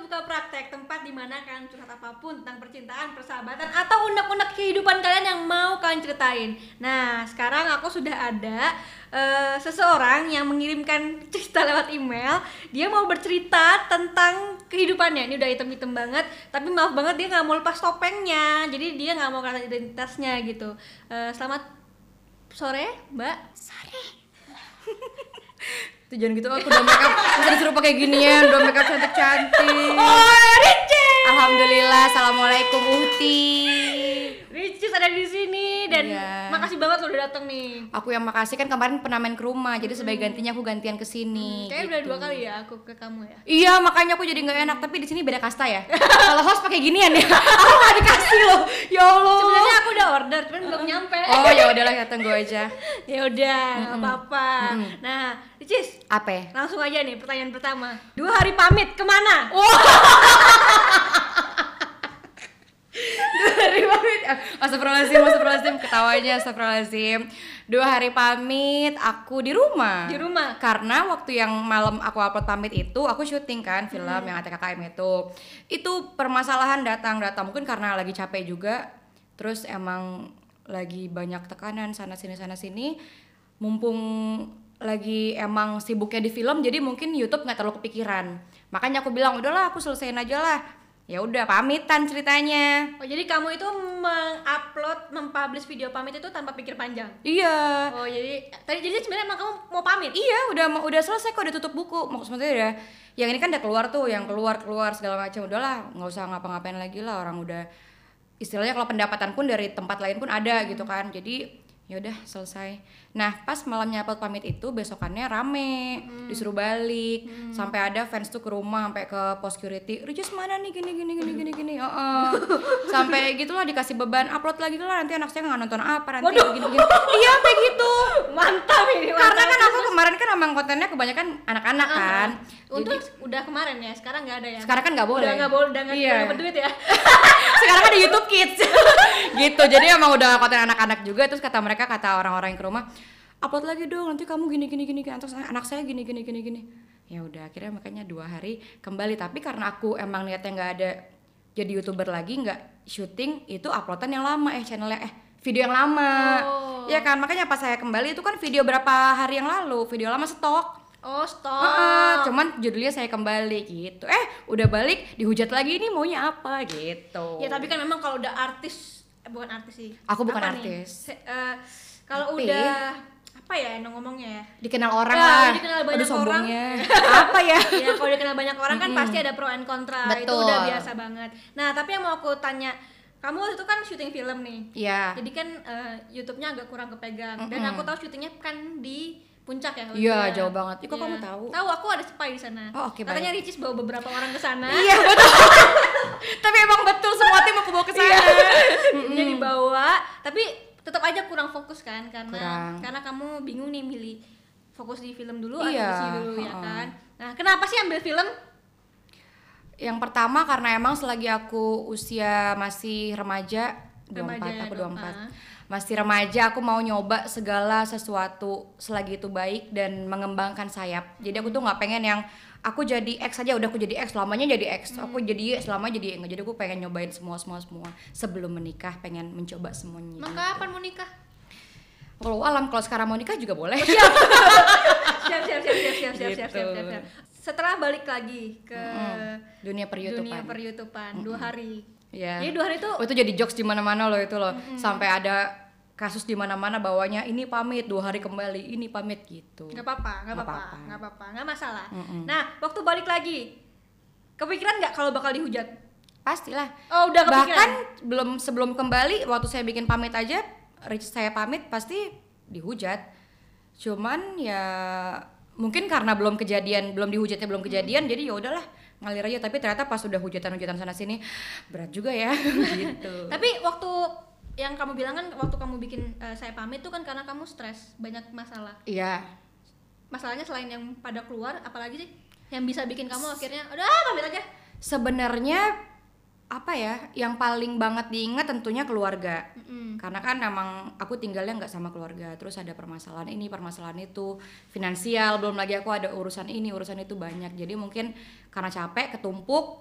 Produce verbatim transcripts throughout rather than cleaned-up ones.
Buka Praktek, tempat di mana kalian curhat apapun tentang percintaan, persahabatan, atau unek-unek kehidupan kalian yang mau kalian ceritain. Nah, sekarang aku sudah ada uh, seseorang yang mengirimkan cerita lewat email. Dia mau bercerita tentang kehidupannya. Ini udah hitam-hitam banget, tapi maaf banget dia nggak mau lepas topengnya. Jadi dia nggak mau kelihatan identitasnya gitu. Uh, selamat sore, Mbak. Sore. Tuh jangan gitu, aku udah makeup bisa disuruh pakai ginian, udah makeup cantik-cantik. Oh, Ricis. Alhamdulillah, assalamualaikum Uhti. Ricis ada di sini dan iya. Makasih banget lo udah dateng nih. Aku yang makasih, kan kemarin pernah main ke rumah, jadi sebagai gantinya aku gantian ke sini. Hmm, kayaknya gitu. udah dua kali ya aku ke kamu ya. Iya, makanya aku jadi nggak enak, tapi di sini beda kasta ya. Kalau host pakai ginian ya, aku nggak dikasih loh. Ya Allah. Sebenarnya aku udah order, cuman belum nyampe. Oh ya udahlah, ya tunggu aja. Ya udah, nggak apa-apa. Mm-mm. Nah, Ricis, Apa ya? langsung aja nih pertanyaan pertama. Dua hari pamit kemana? Wah. Dua hari pamit. Astagfirullahaladzim, astagfirullahaladzim, ketawanya astagfirullahaladzim. Dua hari pamit, aku di rumah. Di rumah. Karena waktu yang malam aku upload pamit itu, aku syuting kan film hmm. yang A T K K M itu. Itu permasalahan datang-datang, mungkin karena lagi capek juga. Terus emang lagi banyak tekanan sana sini sana sini. Mumpung lagi emang sibuknya di film, jadi mungkin YouTube nggak terlalu kepikiran. Makanya aku bilang udahlah, aku selesaiin aja lah. Ya udah, pamitan ceritanya. Oh, jadi kamu itu mengupload, mempublish video pamit itu tanpa pikir panjang? Iya. Oh, jadi tadi jadi sebenarnya emang kamu mau pamit? Iya, udah udah selesai kok, udah tutup buku. Maksudnya udah, yang ini kan udah keluar tuh, yang keluar keluar segala macam. Udahlah, nggak usah ngapa-ngapain lagi lah, orang udah istilahnya kalau pendapatan pun dari tempat lain pun ada gitu kan. Jadi ya udah selesai. Nah, pas malamnya upload pamit itu, besokannya rame, hmm. disuruh balik, hmm. sampai ada fans tuh ke rumah, sampai ke pos security, Ricis mana nih gini gini gini gini gini, oh, oh. Sampai gitulah dikasih beban, upload lagi lah, nanti anak saya nggak nonton apa, nanti gini gini. Iya kayak gitu. Mantap ini. Mantap. Karena kan aku kemarin kan emang kontennya kebanyakan anak-anak uh-huh. kan. Untuk jadi, udah kemarin ya, sekarang nggak ada ya. Sekarang kan nggak boleh. Udah nggak boleh, udah nggak iya. dapat duit ya. Sekarang ada YouTube Kids. Gitu. Jadi emang udah konten anak-anak juga. Terus kata mereka, kata orang-orang yang ke rumah, upload lagi dong, nanti kamu gini gini gini, terus anak saya gini gini gini gini. Ya udah, akhirnya makanya dua hari kembali. Tapi karena aku emang niatnya nggak ada jadi YouTuber lagi, nggak syuting, itu uploadan yang lama eh channelnya eh video yang lama. Oh. Ya kan, makanya pas saya kembali itu kan video berapa hari yang lalu, video lama stok. Oh, stok. Uh, cuman judulnya saya kembali gitu. Eh, udah balik dihujat lagi, ini maunya apa gitu. Ya tapi kan memang kalau udah artis, eh, bukan artis sih. Aku bukan apa artis. Se- uh, kalau udah apa ya ngomongnya ya? Dikenal orang ya, lah. Dikenal banyak Aduh, orang. Apa ya? Ya kalau dikenal banyak orang kan pasti ada pro and kontra. Betul. Itu udah biasa banget. Nah, tapi yang mau aku tanya, kamu waktu itu kan syuting film nih. Iya. Jadi kan uh, YouTube-nya agak kurang kepegang. Mm-hmm. Dan aku tahu syutingnya kan di Puncak ya? Iya, jauh banget. Ih, kok ya. kamu tahu? Tahu, aku ada spy di sana. Oh, oke, okay, katanya Ricis bawa beberapa orang ke sana. Iya, betul. Tapi emang betul semua tim aku bawa ke sana. Iya. Jadi dibawa, tapi tetap aja kurang fokus kan karena kurang. karena kamu bingung nih milih fokus di film dulu iya. atau di sini dulu ya kan. Nah, kenapa sih ambil film? Yang pertama karena emang selagi aku usia masih remaja, dua puluh empat, remaja, aku dua puluh empat. Masih remaja, aku mau nyoba segala sesuatu selagi itu baik dan mengembangkan sayap. Jadi aku tuh nggak pengen yang aku jadi X aja, udah aku jadi X, selamanya jadi X. Hmm. Aku jadi Y, selamanya jadi Y. Jadi aku pengen nyobain semua semua semua sebelum menikah, pengen mencoba semuanya. Maka gitu. kapan mau nikah? Kalau alam, kalau sekarang mau nikah juga boleh. Siap. siap, siap, siap, siap, siap, siap, gitu. siap, siap, siap, siap. Setelah balik lagi ke mm-hmm. dunia per-YouTubean. Dunia per-YouTubean, mm-hmm. dua hari. Iya. Jadi dua hari itu. Oh, itu jadi jokes di mana-mana loh itu loh. Mm-hmm. Sampai ada kasus di mana-mana bawanya ini pamit dua hari kembali, ini pamit gitu. Nggak apa-apa, nggak apa-apa, nggak apa-apa, nggak masalah. Mm-hmm. Nah, waktu balik lagi, kepikiran nggak kalau bakal dihujat? Pastilah. Oh, udah kepikiran. Bahkan belum sebelum kembali, waktu saya bikin pamit aja, Rich saya pamit pasti dihujat. Cuman ya mungkin karena belum kejadian, belum dihujatnya belum kejadian, hmm. jadi ya udahlah ngalir aja. Tapi ternyata pas udah hujatan-hujatan sana sini berat juga ya. Gitu. Tapi waktu yang kamu bilang kan waktu kamu bikin uh, saya pamit tuh kan karena kamu stres, banyak masalah. Iya. Masalahnya selain yang pada keluar, apalagi sih yang bisa bikin kamu akhirnya udah pamit aja? Sebenarnya apa ya, yang paling banget diingat tentunya keluarga. Mm-hmm. Karena kan emang aku tinggalnya nggak sama keluarga, terus ada permasalahan ini, permasalahan itu, finansial, belum lagi aku ada urusan ini, urusan itu banyak. Jadi mungkin karena capek, ketumpuk,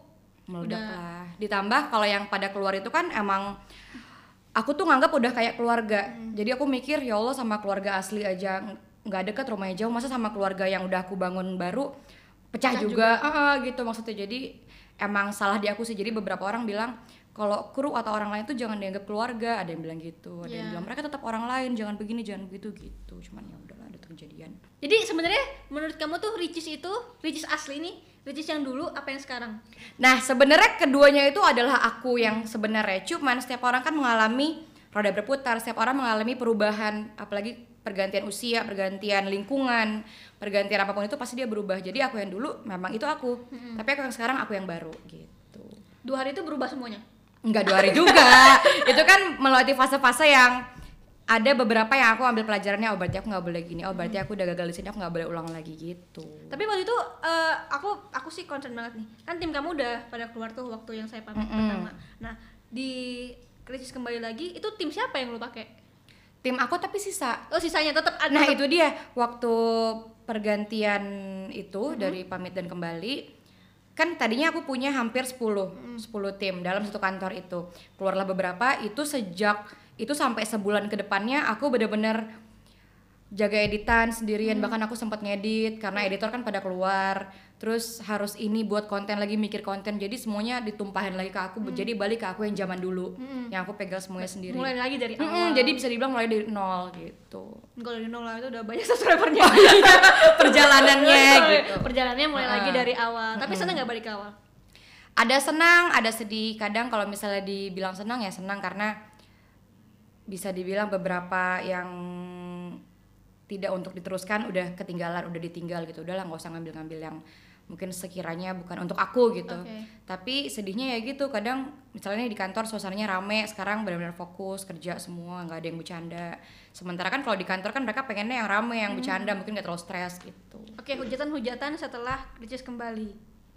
meledak Udah. lah. Ditambah kalau yang pada keluar itu kan emang aku tuh nganggap udah kayak keluarga. Hmm. Jadi aku mikir ya Allah, sama keluarga asli aja ng- nggak deket, rumahnya jauh, masa sama keluarga yang udah aku bangun baru pecah, Pecah juga, Heeh, gitu maksudnya. Jadi emang salah di aku sih. Jadi beberapa orang bilang kalau kru atau orang lain tuh jangan dianggap keluarga, ada yang bilang gitu, ada yang Iya. bilang mereka tetap orang lain, jangan begini jangan begitu gitu. Cuman ya udahlah, ada kejadian. Jadi sebenarnya menurut kamu tuh Ricis itu, Ricis asli nih, Ricis yang dulu apa yang sekarang? Nah sebenarnya keduanya itu adalah aku yang sebenarnya, cuman setiap orang kan mengalami roda berputar, setiap orang mengalami perubahan, apalagi pergantian usia, pergantian lingkungan, pergantian apapun itu pasti dia berubah. Jadi aku yang dulu memang itu aku, tapi aku yang sekarang aku yang baru gitu. Dua hari itu berubah semuanya. Enggak dua hari juga, itu kan melewati fase-fase yang ada beberapa yang aku ambil pelajarannya, oh berarti aku nggak boleh gini, oh berarti aku udah gagal di sini, aku nggak boleh ulang lagi gitu. Tapi waktu itu eh, aku aku sih concern banget nih. Kan tim kamu udah pada keluar tuh waktu yang saya pamit Mm-mm. pertama. Nah, di Krisis kembali lagi itu tim siapa yang lu pakai? Tim aku tapi sisa. Oh, sisanya tetap ada. Nah tetep- itu dia, waktu pergantian itu dari pamit dan kembali, kan tadinya aku punya hampir sepuluh sepuluh tim dalam satu kantor itu. Keluarlah beberapa, itu sejak itu sampai sebulan ke depannya aku bener-bener jaga editan sendirian, bahkan aku sempat ngedit karena editor kan pada keluar. Terus harus ini buat konten lagi, mikir konten, jadi semuanya ditumpahin lagi ke aku. Jadi balik ke aku yang zaman dulu, yang aku pegang semuanya sendiri. mulai lagi dari awal. Mm-mm, jadi bisa dibilang mulai dari nol gitu. Kalau di nol itu udah banyak subscribernya. Perjalanannya gitu. Perjalanannya mulai lagi Ah. dari awal. Tapi seneng nggak balik ke awal? Ada senang, ada sedih. Kadang kalau misalnya dibilang senang ya senang, karena bisa dibilang beberapa yang tidak untuk diteruskan udah ketinggalan, udah ditinggal gitu. Udahlah nggak usah ngambil-ngambil yang mungkin sekiranya bukan untuk aku gitu. Oke. Tapi sedihnya ya gitu, kadang misalnya di kantor suasananya rame, sekarang benar-benar fokus kerja semua, nggak ada yang bercanda. Sementara kan kalau di kantor kan mereka pengennya yang rame, yang bercanda, mungkin nggak terlalu stres gitu. Oke, hujatan-hujatan setelah Ricis kembali.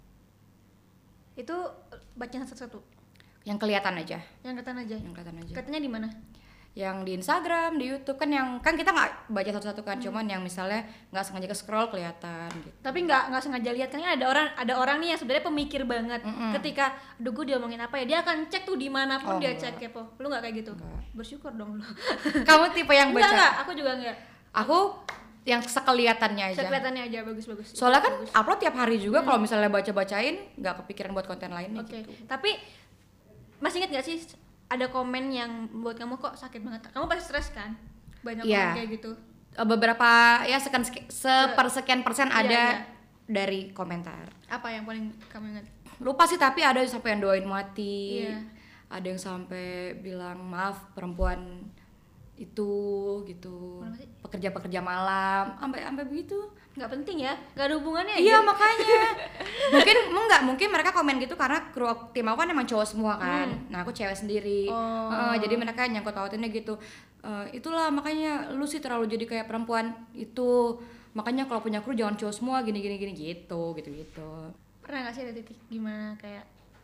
Itu eh, bacain satu-satu. Yang kelihatan aja, Yang kelihatan aja. yang kelihatan aja. Katanya di mana? Yang di Instagram, di YouTube kan, yang kan kita nggak baca satu-satu kan, cuman yang misalnya nggak sengaja ke scroll kelihatan gitu. Tapi nggak nggak sengaja lihat, kan ada orang ada orang nih yang sebenarnya pemikir banget. Mm-mm. Ketika aduh gue diomongin apa ya, dia akan cek tuh dimanapun Oh, dia enggak. cek kepo. Lu nggak kayak gitu? Enggak. Bersyukur dong lu. Kamu tipe yang Enggak baca? enggak, aku juga enggak. Aku yang sekelihatannya aja. Sekelihatannya aja bagus-bagus. Soalnya kan Bagus. upload tiap hari juga, kalau misalnya baca-bacain nggak kepikiran buat konten lainnya Oke. gitu. Tapi masih ingat gak sih ada komen yang buat kamu kok sakit banget? Kamu pasti stres kan? Banyak Iya. komen kayak gitu. Eh, Beberapa ya sekian sepersekian persen Iya, ada iya. dari komentar. Apa yang paling kamu ingat? Lupa sih, tapi ada yang sampai yang doain mati. Iya. Ada yang sampai bilang maaf perempuan itu gitu. Kenapa sih? Pekerja-pekerja malam, sampai sampai begitu. Nggak penting ya? Nggak ada hubungannya Iya ya? makanya. mungkin enggak, mungkin mereka komen gitu karena kru tim aku kan emang cowok semua kan. Nah, aku cewek sendiri. Oh. Heeh, jadi mereka nyangkut pautinnya gitu. Eh, itulah makanya lu sih terlalu jadi kayak perempuan itu. Makanya kalau punya kru jangan cowok semua gini gini gini gitu, gitu-gitu. Pernah nggak sih ada titik gimana kayak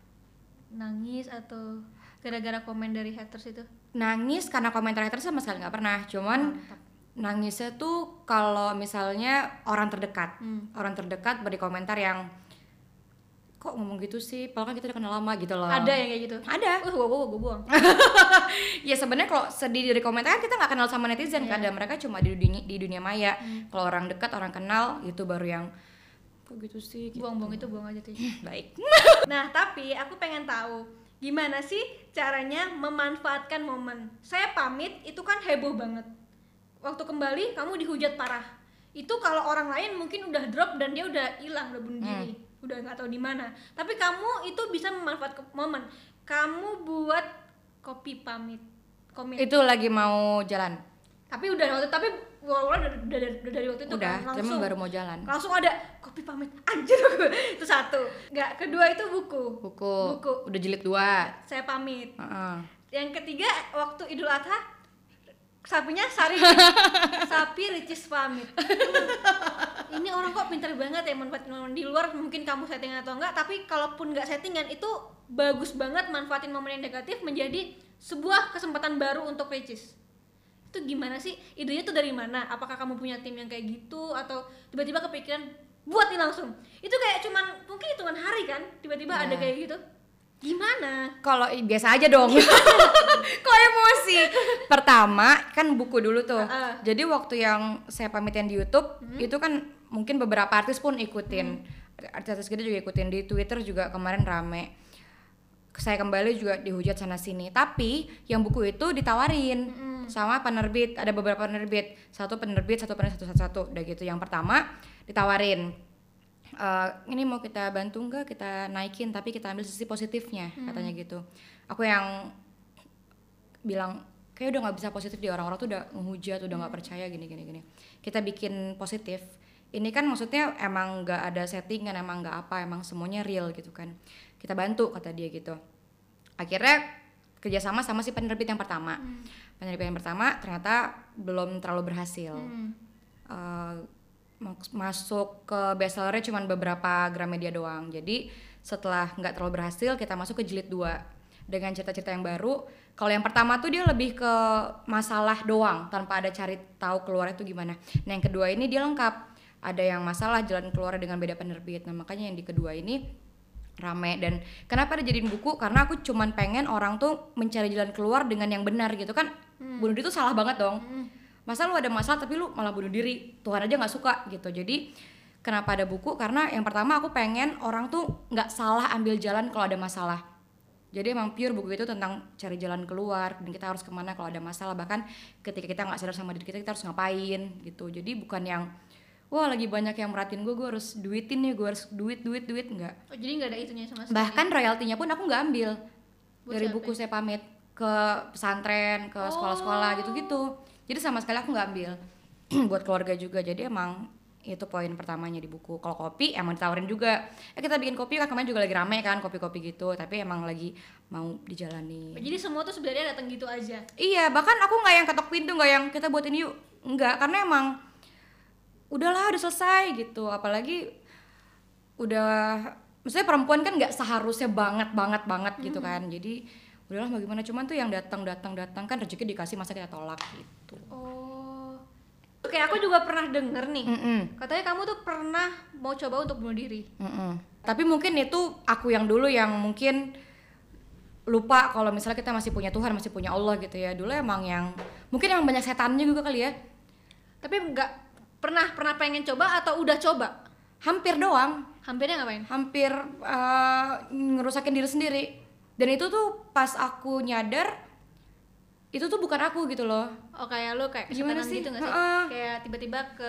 nangis atau gara-gara komen dari haters itu? Nangis karena komentar haters sama sekali nggak pernah. Cuman Mantap. nangisnya tuh kalau misalnya orang terdekat. Hmm. Orang terdekat beri komentar yang kok ngomong gitu sih, padahal kan kita udah kenal lama gitu loh. Ada yang kayak gitu? Ada. Uh, gua gua gua buang. Ya sebenarnya kalau sedih dari komentar kan kita nggak kenal sama netizen kan, Iya. dan mereka cuma di dunia di dunia maya. Kalau orang dekat, orang kenal, itu baru yang kok gitu sih. Gitu. Buang-buang itu buang aja tuh. Baik. Nah, tapi aku pengen tahu gimana sih caranya memanfaatkan momen. Saya pamit itu kan heboh banget. Waktu kembali kamu dihujat parah. Itu kalau orang lain mungkin udah drop dan dia udah hilang, udah bunuh diri, udah nggak tahu di mana. Tapi kamu itu bisa memanfaatkan momen. Kamu buat kopi pamit. Komit. Itu lagi mau jalan. Tapi udah waktu tapi awalnya udah, udah, dari- udah dari waktu itu Udah, kan cuman langsung baru mau jalan. langsung ada kopi pamit. Anjir. Itu satu. Nggak, kedua itu buku. Buku. Buku. Udah jilid dua. Saya pamit. Heeh. Yang ketiga waktu Idul Adha sapinya Sari sapi Ricis pamit. Ini orang kok pinter banget ya manfaatin momen di luar, mungkin kamu settingan atau enggak, tapi kalaupun nggak settingan itu bagus banget manfaatin momen yang negatif menjadi sebuah kesempatan baru untuk Ricis. Itu gimana sih? Idenya tuh dari mana? Apakah kamu punya tim yang kayak gitu atau tiba-tiba kepikiran buat nih langsung? Itu kayak cuman mungkin hitungan hari kan tiba-tiba ada Nah. kayak gitu. Gimana? Kalau i- biasa aja dong. Kok emosi? Pertama kan buku dulu tuh. Uh-uh. Jadi waktu yang saya pamitin di YouTube Hmm. itu kan mungkin beberapa artis pun ikutin. Artis-artis gede juga ikutin, di Twitter juga kemarin rame. Saya kembali juga dihujat sana sini. Tapi yang buku itu ditawarin Mm-mm. sama penerbit, ada beberapa penerbit. Satu penerbit, satu penerbit, satu satu satu. Udah gitu. Yang pertama ditawarin, "Eh, ini mau kita bantu nggak, kita naikin tapi kita ambil sisi positifnya," katanya gitu. Aku yang bilang kayak udah nggak bisa positif di orang-orang tuh udah ngehujat, udah nggak percaya gini gini gini. Kita bikin positif. Ini kan maksudnya emang nggak ada settingan, emang nggak apa, emang semuanya real gitu kan. Kita bantu kata dia gitu. Akhirnya kerjasama sama si penerbit yang pertama. Penerbit yang pertama ternyata belum terlalu berhasil. Hmm. Eh, mak- masuk ke bestsellernya cuma beberapa Gramedia doang. Jadi setelah nggak terlalu berhasil, kita masuk ke jilid dua dengan cerita-cerita yang baru. Kalau yang pertama tuh dia lebih ke masalah doang tanpa ada cari tahu keluarnya tuh gimana. Nah yang kedua ini dia lengkap, ada yang masalah jalan keluar dengan beda penerbit. Nah makanya yang di kedua ini rame. Dan kenapa dijadiin buku, karena aku cuman pengen orang tuh mencari jalan keluar dengan yang benar gitu kan. Bunuh diri tuh salah banget dong. Masa lu ada masalah tapi lu malah bunuh diri, Tuhan aja nggak suka gitu. Jadi kenapa ada buku, karena yang pertama aku pengen orang tuh nggak salah ambil jalan kalau ada masalah. Jadi emang pure buku itu tentang cari jalan keluar dan kita harus kemana kalau ada masalah. Bahkan ketika kita nggak sadar sama diri kita, kita harus ngapain gitu. Jadi bukan yang wah lagi banyak yang merhatiin gue, gue harus duitin nih, gue harus duit duit duit enggak. Oh, jadi nggak ada itunya sama sekali. Bahkan royaltinya pun aku nggak ambil Buat dari siapa buku ya? saya pamit ke pesantren, ke sekolah-sekolah gitu-gitu. Jadi sama sekali aku nggak ambil buat keluarga juga. Jadi emang itu poin pertamanya di buku. Kalau kopi emang ditawarin juga, eh kita bikin kopi kan, kemarin juga lagi rame kan kopi-kopi gitu, tapi emang lagi mau dijalani. Jadi semua tuh sebenarnya datang gitu aja. Iya, bahkan aku nggak yang ketok pintu, nggak yang kita buatin yuk, nggak, karena emang udahlah udah selesai gitu. Apalagi udah, maksudnya perempuan kan nggak seharusnya banget banget banget gitu kan. Jadi udahlah mau gimana, cuman tuh yang datang datang datang kan rezeki dikasih, masa kita tolak gitu. Oh. Oke, aku juga pernah denger nih. Mm-mm. Katanya kamu tuh pernah mau coba untuk bunuh diri. Mm-mm. Tapi mungkin itu aku yang dulu yang mungkin lupa kalau misalnya kita masih punya Tuhan, masih punya Allah gitu ya. Dulu emang yang mungkin yang banyak setannya juga kali ya. Tapi nggak pernah pernah pengen coba atau udah coba? Hampir doang, Hampirnya ngapain? hampir eh, ngerusakin diri sendiri. Dan itu tuh pas aku nyadar itu tuh bukan aku gitu loh. Oh, kayak lu kayak Gimana kesetanan sih? gitu nggak sih? Heeh. Kayak tiba-tiba ke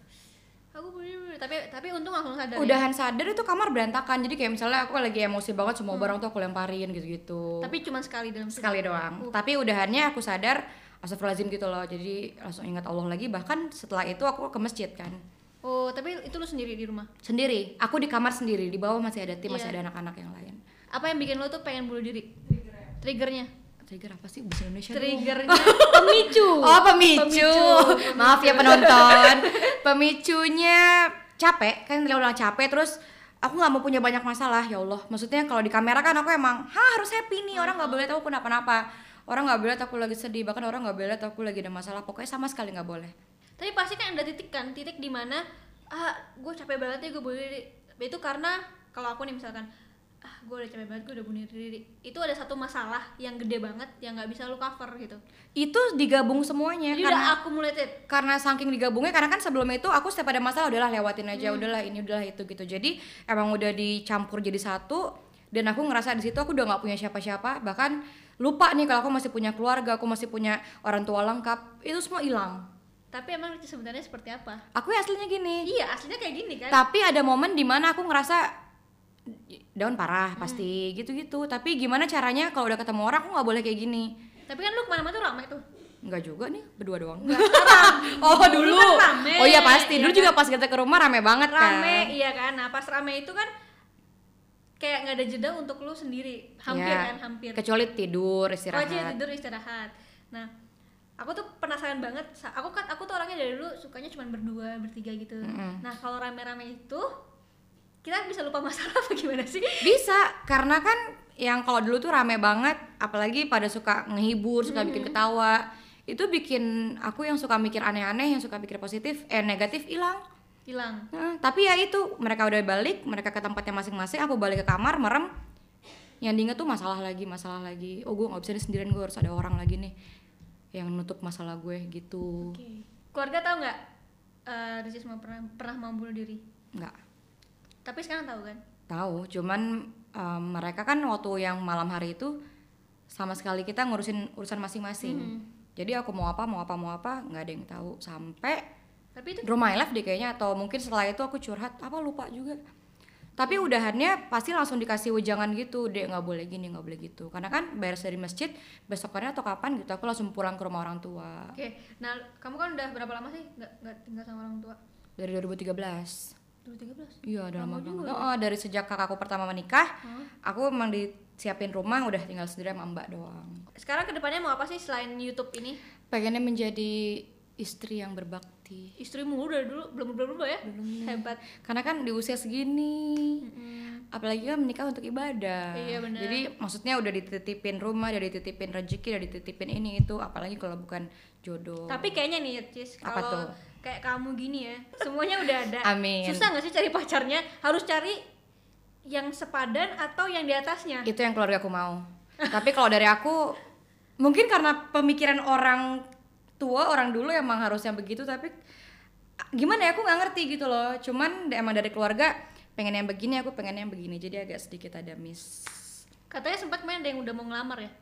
aku bunuh tapi tapi untung langsung sadar. Ya? Udahan sadar itu kamar berantakan. Jadi kayak misalnya aku lagi emosi banget, semua barang tuh aku lemparin gitu-gitu. Tapi cuma sekali dalam Sekali doang. Tapi udahannya aku sadar astagfirullahaladzim gitu loh. Jadi langsung ingat Allah lagi. Bahkan setelah itu aku ke masjid kan. Oh, tapi itu lu sendiri di rumah. Sendiri. Aku di kamar sendiri. Di bawah masih ada tim, masih Iya. ada anak-anak yang lain. Apa yang bikin lu tuh pengen bunuh diri? Triggernya. Trigger apa sih bahasa Indonesia? dong? Triggernya pemicu. Oh pemicu. Pemicu. Maaf ya penonton. Pemicunya capek. Kan udah capek terus aku nggak mau punya banyak masalah, ya Allah. Maksudnya kalau di kamera kan aku emang ha harus happy nih, orang nggak boleh tahu aku kenapa-napa. Orang nggak boleh tahu aku lagi sedih, bahkan orang nggak boleh tahu aku lagi ada masalah. Pokoknya sama sekali nggak boleh. Tapi pasti kan ada titik kan, titik di mana ah gue capek banget ya gue bunuh diri. Itu karena kalau aku nih misalkan ah gue udah capek banget gue udah bunuh diri. Itu ada satu masalah yang gede banget yang nggak bisa lu cover gitu. Itu digabung semuanya. Jadi karena udah accumulated. karena saking digabungnya, karena kan sebelum itu aku setiap ada masalah udahlah lewatin aja, udahlah ini udahlah itu gitu. Jadi emang udah dicampur jadi satu. Dan aku ngerasa di situ aku udah nggak punya siapa-siapa, bahkan lupa nih kalau aku masih punya keluarga, aku masih punya orang tua lengkap, itu semua hilang. Tapi emang itu sebenarnya seperti apa? Aku ya aslinya gini. Iya, aslinya kayak gini kan. Tapi ada momen dimana aku ngerasa down parah pasti gitu-gitu. Tapi gimana caranya kalau udah ketemu orang aku nggak boleh kayak gini. Tapi kan lu kemana-mana tuh ramai tuh. Enggak juga nih, berdua doang. Oh, dulu. kan rame. Oh iya pasti. Dulu Iya juga kan? pas kita ke rumah rame banget kan. Rame, iya kan. Nah, pas rame itu kan kayak nggak ada jeda untuk lu sendiri. Hampir Iya. kan, hampir. Kecuali tidur, Oh, istirahat. aja tidur istirahat. Nah, aku tuh penasaran banget. Sa- Aku kan aku tuh orangnya dari dulu sukanya cuma berdua, bertiga gitu. Mm-mm. Nah, kalau rame-rame itu kita bisa lupa masalah apa gimana sih? Bisa, karena kan yang kalau dulu tuh rame banget, apalagi pada suka ngehibur, suka bikin ketawa. Itu bikin aku yang suka mikir aneh-aneh, yang suka pikir positif, eh negatif hilang. Hilang. Nah, tapi ya itu, mereka udah balik, mereka ke tempatnya masing-masing, aku balik ke kamar, merem. yang diinget tuh masalah lagi masalah lagi. Oh gue nggak bisa nih sendirian, gue harus ada orang lagi nih yang nutup masalah gue gitu. Okay. Keluarga tahu nggak uh, Ricis mau pernah pernah mau bunuh diri? Nggak. Tapi sekarang tahu kan? Tahu, cuman um, mereka kan waktu yang malam hari itu sama sekali kita ngurusin urusan masing-masing. Mm-hmm. Jadi aku mau apa mau apa mau apa nggak ada yang tahu sampai tapi itu Draw My Life deh kayaknya, atau mungkin setelah itu aku curhat apa lupa juga. Tapi udahannya pasti langsung dikasih wejangan gitu, dek nggak boleh gini nggak boleh gitu, karena kan beres dari masjid besokannya atau kapan gitu aku langsung pulang ke rumah orang tua. Oke, okay. Nah kamu kan udah berapa lama sih nggak nggak tinggal sama orang tua? Dari dua ribu tiga belas. dua ribu tiga belas? Iya, udah lama banget. Ya? Oh, dari sejak kakakku pertama menikah, huh? Aku emang disiapin rumah, udah tinggal sendiri sama mbak doang. Sekarang kedepannya mau apa sih selain YouTube ini? Pengennya menjadi istri yang berbakti. Istrimu dari dulu belum belum berubah ya? Belum. Hebat. Karena kan di usia segini, mm-hmm. apalagi kan menikah untuk ibadah. Iya benar. Jadi maksudnya udah dititipin rumah, udah dititipin rezeki, udah dititipin ini itu, apalagi kalau bukan jodoh. Tapi kayaknya nih Cis, kalau kayak kamu gini ya, semuanya udah ada. Amin. Susah nggak sih cari pacarnya? Harus cari yang sepadan atau yang di atasnya? Itu yang keluarga aku mau. Tapi kalau dari aku, mungkin karena pemikiran orang tua, orang dulu emang harusnya begitu, tapi gimana ya aku nggak ngerti gitu loh. Cuman emang dari keluarga pengen yang begini, aku pengen yang begini, jadi agak sedikit ada miss. Katanya sempat main ada yang udah mau ngelamar ya?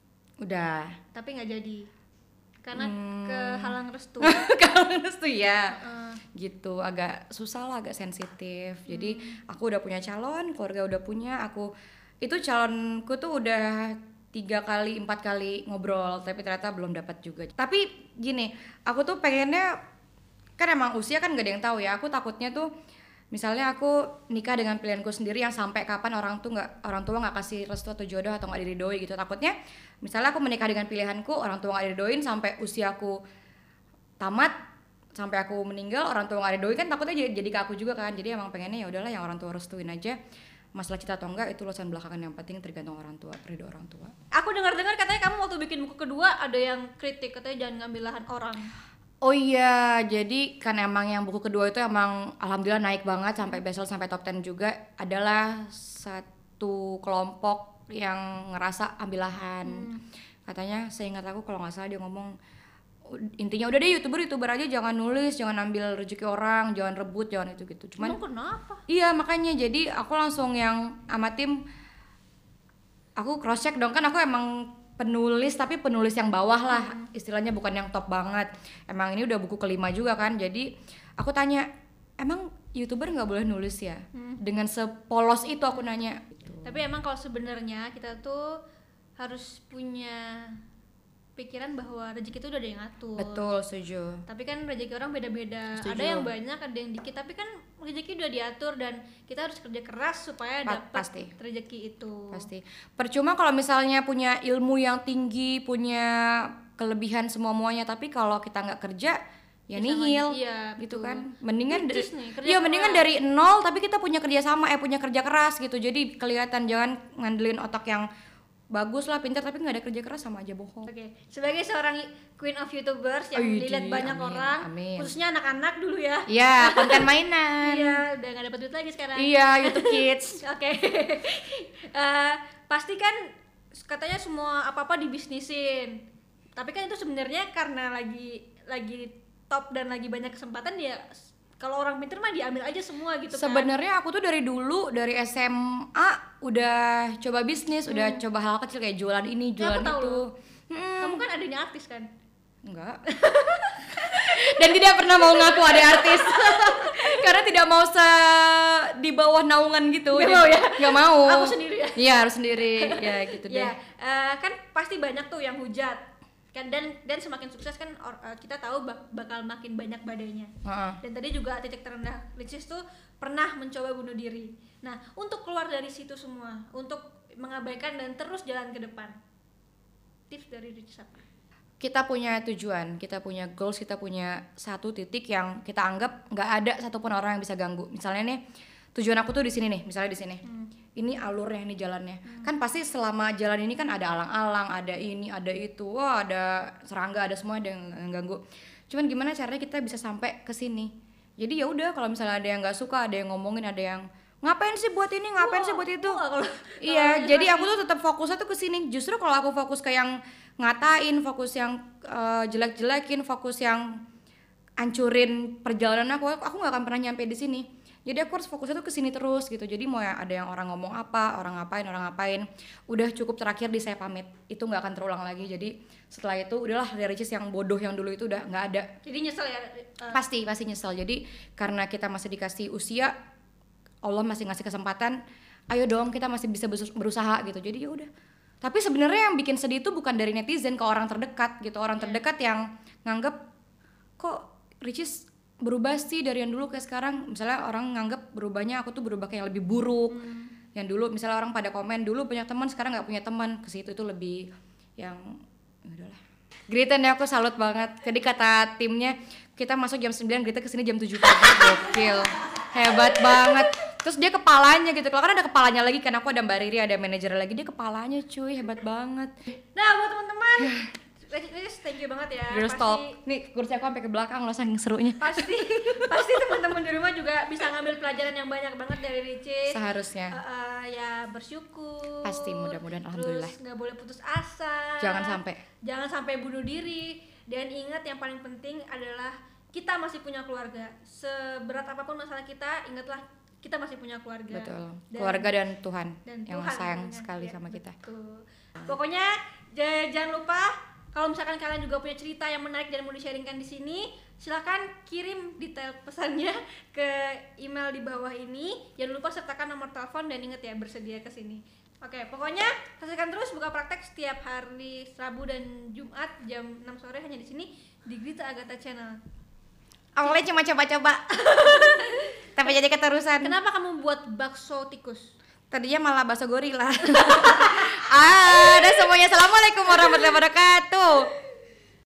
Udah. Tapi nggak jadi karena hmm. kehalang restu. Kehalang restu ya. Uh. Gitu, agak susah lah, agak sensitif. Hmm. Jadi aku udah punya calon, keluarga udah punya, aku itu calonku tuh udah tiga kali empat kali ngobrol tapi ternyata belum dapat juga. Tapi gini, aku tuh pengennya kan emang usia kan gak ada yang tahu ya. Aku takutnya tuh misalnya aku nikah dengan pilihanku sendiri yang sampai kapan orang tuh nggak orang tua nggak kasih restu atau jodoh atau nggak diridoi gitu. Takutnya misalnya aku menikah dengan pilihanku, orang tua nggak diridoin sampai usiaku tamat, sampai aku meninggal orang tua nggak diridoin, kan takutnya jadi, jadi ke aku juga kan. Jadi emang pengennya ya udahlah yang orang tua restuin aja. Masalah cinta atau enggak itu urusan belakangan, yang penting tergantung orang tua, ridho orang tua. Aku dengar-dengar katanya kamu waktu bikin buku kedua ada yang kritik, katanya jangan ngambil lahan orang. Oh iya, jadi kan emang yang buku kedua itu emang alhamdulillah naik banget sampai bestseller sampai top sepuluh juga. Adalah satu kelompok yang ngerasa ambil lahan. Hmm. Katanya seingat aku kalau nggak salah dia ngomong intinya udah deh youtuber youtuber aja jangan nulis, jangan ambil rezeki orang, jangan rebut, jangan itu gitu. Cuman emang kenapa? Iya makanya jadi aku langsung yang sama tim aku cross check dong, kan aku emang penulis tapi penulis yang bawah lah, hmm. istilahnya bukan yang top banget. Emang ini udah buku kelima juga kan, jadi aku tanya emang youtuber nggak boleh nulis ya? Hmm. Dengan sepolos itu aku nanya. Tapi emang kalau sebenarnya kita tuh harus punya pikiran bahwa rezeki itu udah ada yang ngatur. Betul, setuju. Tapi kan rezeki orang beda-beda. Setuju. Ada yang banyak, ada yang dikit. Tapi kan rezeki udah diatur dan kita harus kerja keras supaya dapat rezeki itu. Pasti. Percuma kalau misalnya punya ilmu yang tinggi, punya kelebihan semua-muanya, tapi kalau kita nggak kerja ya nihil, iya, gitu betul. kan. Mendingan dari, iya mendingan dari nol tapi kita punya kerja sama, eh punya kerja keras gitu. Jadi kelihatan, jangan ngandelin otak yang bagus lah, pintar tapi nggak ada kerja keras sama aja bohong. Oke, okay. Sebagai seorang queen of youtubers yang Ayuh, dilihat banyak amin, orang, amin. Khususnya anak-anak dulu ya. Iya, konten mainan. Iya, udah nggak dapat duit lagi sekarang. Iya, YouTube Kids. Oke. Okay. uh, pasti kan katanya semua apa-apa dibisnisin. Tapi kan itu sebenarnya karena lagi lagi top dan lagi banyak kesempatan ya. Kalau orang pintar mah diambil aja semua gitu kan. Sebenarnya aku tuh dari dulu, dari S M A udah coba bisnis, hmm. udah coba hal kecil kayak jualan ini, jualan ya, itu. Hmm. Kamu kan adanya artis kan? Enggak. Dan tidak pernah mau ngaku ada artis. Karena tidak mau se di bawah naungan gitu. Gak mau ya? Gak mau. Aku sendiri ya? Iya, harus sendiri. Ya gitu deh. Ya, uh, kan pasti banyak tuh yang hujat. Kan dan dan semakin sukses kan or, uh, kita tahu bak, bakal makin banyak badainya. Uh-uh. Dan tadi juga titik terendah Ricis tuh pernah mencoba bunuh diri. Nah, untuk keluar dari situ semua, untuk mengabaikan dan terus jalan ke depan, tips dari Ricis apa? Kita punya tujuan, kita punya goals, kita punya satu titik yang kita anggap nggak ada satupun orang yang bisa ganggu. Misalnya nih, tujuan aku tuh di sini nih, misalnya di sini. Hmm. Ini alurnya, ini jalannya. Hmm. Kan pasti selama jalan ini kan ada alang-alang, ada ini, ada itu, wah ada serangga, ada semua ada yang ganggu. Cuman gimana caranya kita bisa sampai ke sini? Jadi ya udah, kalau misalnya ada yang nggak suka, ada yang ngomongin, ada yang ngapain sih buat ini, ngapain Wah, sih buat itu. wah, kalau- Iya, kalau jadi ini aku tuh tetap fokusnya tuh ke sini. Justru kalau aku fokus ke yang ngatain, fokus yang eh, jelek-jelekin, fokus yang hancurin perjalanan aku, aku nggak akan pernah nyampe di sini. Jadi aku harus fokusnya tuh ke sini terus gitu. Jadi mau ya ada yang orang ngomong apa, orang ngapain, orang ngapain, udah cukup terakhir di saya pamit. Itu nggak akan terulang lagi. Jadi setelah itu udahlah, dari Ricis yang bodoh yang dulu itu udah nggak ada. Jadi nyesel ya. uh, Pasti pasti nyesel. Jadi karena kita masih dikasih usia, Allah masih ngasih kesempatan, ayo dong kita masih bisa berus- berusaha gitu. Jadi ya udah. Tapi sebenarnya yang bikin sedih itu bukan dari netizen, ke orang terdekat gitu. Orang terdekat yang nganggep kok Ricis berubah sih dari yang dulu kayak sekarang. Misalnya orang nganggep berubahnya aku tuh berubah kayak lebih buruk. Hmm. Yang dulu misalnya orang pada komen dulu punya teman, sekarang nggak punya teman. Ke situ itu lebih yang ya udahlah. Griten ya, aku salut banget. Jadi kata timnya kita masuk jam sembilan, Grita kesini jam tujuh pagi. Gokil. Hebat banget. Terus dia kepalanya gitu. Kalau kan ada kepalanya lagi kan, aku ada Mbak Riri, ada manajer lagi, dia kepalanya cuy, hebat banget. Nah buat teman-teman, Ricis thank you banget ya. Girls Pasti- talk. Nih kursi aku sampai ke belakang loh saking serunya. pasti pasti teman-teman di rumah juga bisa ngambil pelajaran yang banyak banget dari Ricis. Seharusnya. Uh, uh, ya bersyukur. Pasti, mudah-mudahan, alhamdulillah. Terus nggak boleh putus asa. Jangan sampai. Jangan sampai bunuh diri. Dan ingat yang paling penting adalah kita masih punya keluarga. Seberat apapun masalah kita, ingatlah kita masih punya keluarga. Betul. Dan- Keluarga dan Tuhan dan yang Tuhan sayang tentunya. sekali Ya, sama kita. betul. Pokoknya j- jangan lupa kalau misalkan kalian juga punya cerita yang menarik dan mau di-sharingkan di sini, silakan kirim detail pesannya ke email di bawah ini. Jangan lupa sertakan nomor telepon dan ingat ya bersedia ke sini. Oke, pokoknya saksikan terus Buka Praktek setiap hari Rabu dan Jumat jam enam sore hanya di sini di Grita Agatha Channel. Awalnya cuma coba-coba. Tapi jadi keterusan. Kenapa kamu buat bakso tikus? Tadinya malah bakso gorila. Ah, udah semuanya. Assalamualaikum warahmatullahi wabarakatuh.